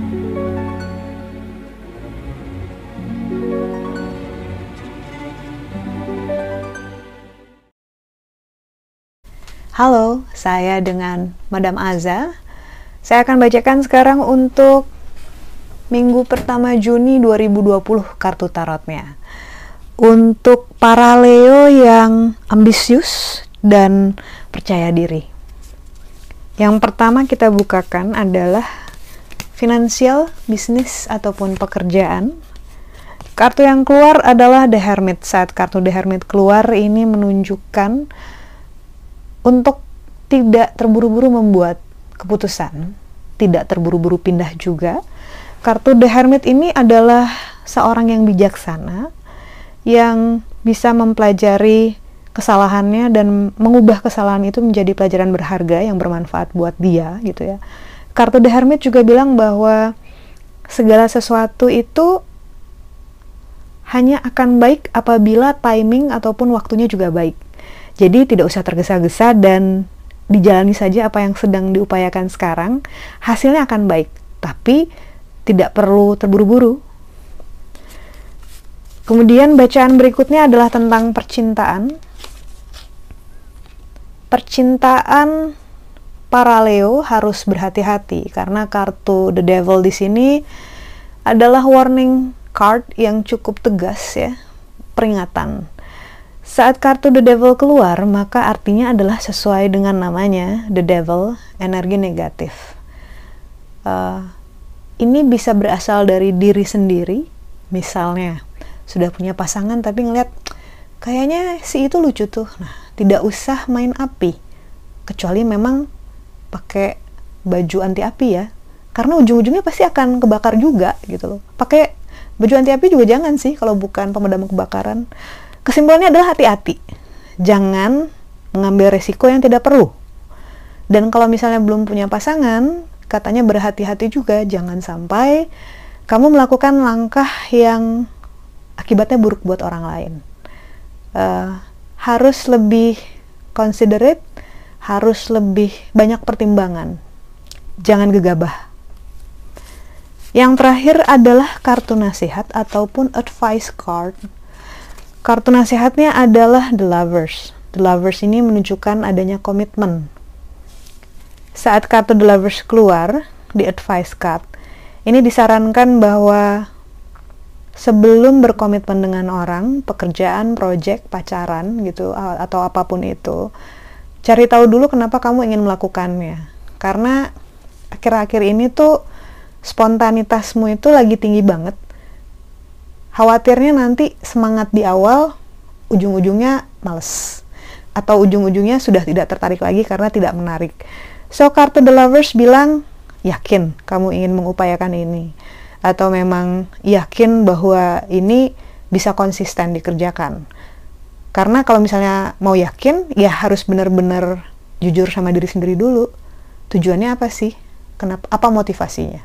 Halo, saya dengan Madam Aza. Saya akan bacakan sekarang untuk minggu pertama Juni 2020 kartu tarotnya. Untuk para Leo yang ambisius dan percaya diri. Yang pertama kita bukakan adalah finansial, bisnis, ataupun pekerjaan. Kartu yang keluar adalah The Hermit. Saat kartu The Hermit keluar, ini menunjukkan untuk tidak terburu-buru membuat keputusan, tidak terburu-buru pindah juga. Kartu The Hermit ini adalah seorang yang bijaksana, yang bisa mempelajari kesalahannya dan mengubah kesalahan itu menjadi pelajaran berharga yang bermanfaat buat dia, gitu ya. Kartu The Hermit juga bilang bahwa segala sesuatu itu hanya akan baik apabila timing ataupun waktunya juga baik. Jadi tidak usah tergesa-gesa dan dijalani saja apa yang sedang diupayakan sekarang, hasilnya akan baik, tapi tidak perlu terburu-buru. Kemudian bacaan berikutnya adalah tentang percintaan. Percintaan para Leo harus berhati-hati karena kartu The Devil di sini adalah warning card yang cukup tegas ya, peringatan. Saat kartu The Devil keluar, maka artinya adalah sesuai dengan namanya, The Devil, energi negatif. Ini bisa berasal dari diri sendiri, misalnya sudah punya pasangan tapi ngeliat kayaknya si itu lucu tuh, nah tidak usah main api, kecuali memang pakai baju anti api ya, karena ujung-ujungnya pasti akan kebakar juga gitu loh. Pakai baju anti api juga jangan sih kalau bukan pemadam kebakaran. Kesimpulannya adalah hati-hati, jangan mengambil resiko yang tidak perlu. Dan kalau misalnya belum punya pasangan, katanya berhati-hati juga, jangan sampai kamu melakukan langkah yang akibatnya buruk buat orang lain. Harus lebih considerate, harus lebih banyak pertimbangan, jangan gegabah. Yang terakhir adalah kartu nasihat ataupun advice card. Kartu nasihatnya adalah The Lovers. The Lovers ini menunjukkan adanya komitmen. Saat kartu The Lovers keluar di advice card, ini disarankan bahwa sebelum berkomitmen dengan orang, pekerjaan, project, pacaran gitu atau apapun itu, cari tahu dulu kenapa kamu ingin melakukannya. Karena akhir-akhir ini tuh spontanitasmu itu lagi tinggi banget. Khawatirnya nanti semangat di awal, ujung-ujungnya males. Atau ujung-ujungnya sudah tidak tertarik lagi karena tidak menarik. So, kartu The Lovers bilang, yakin kamu ingin mengupayakan ini. Atau memang yakin bahwa ini bisa konsisten dikerjakan. Karena kalau misalnya mau yakin, ya harus benar-benar jujur sama diri sendiri dulu. Tujuannya apa sih? Kenapa? Apa motivasinya?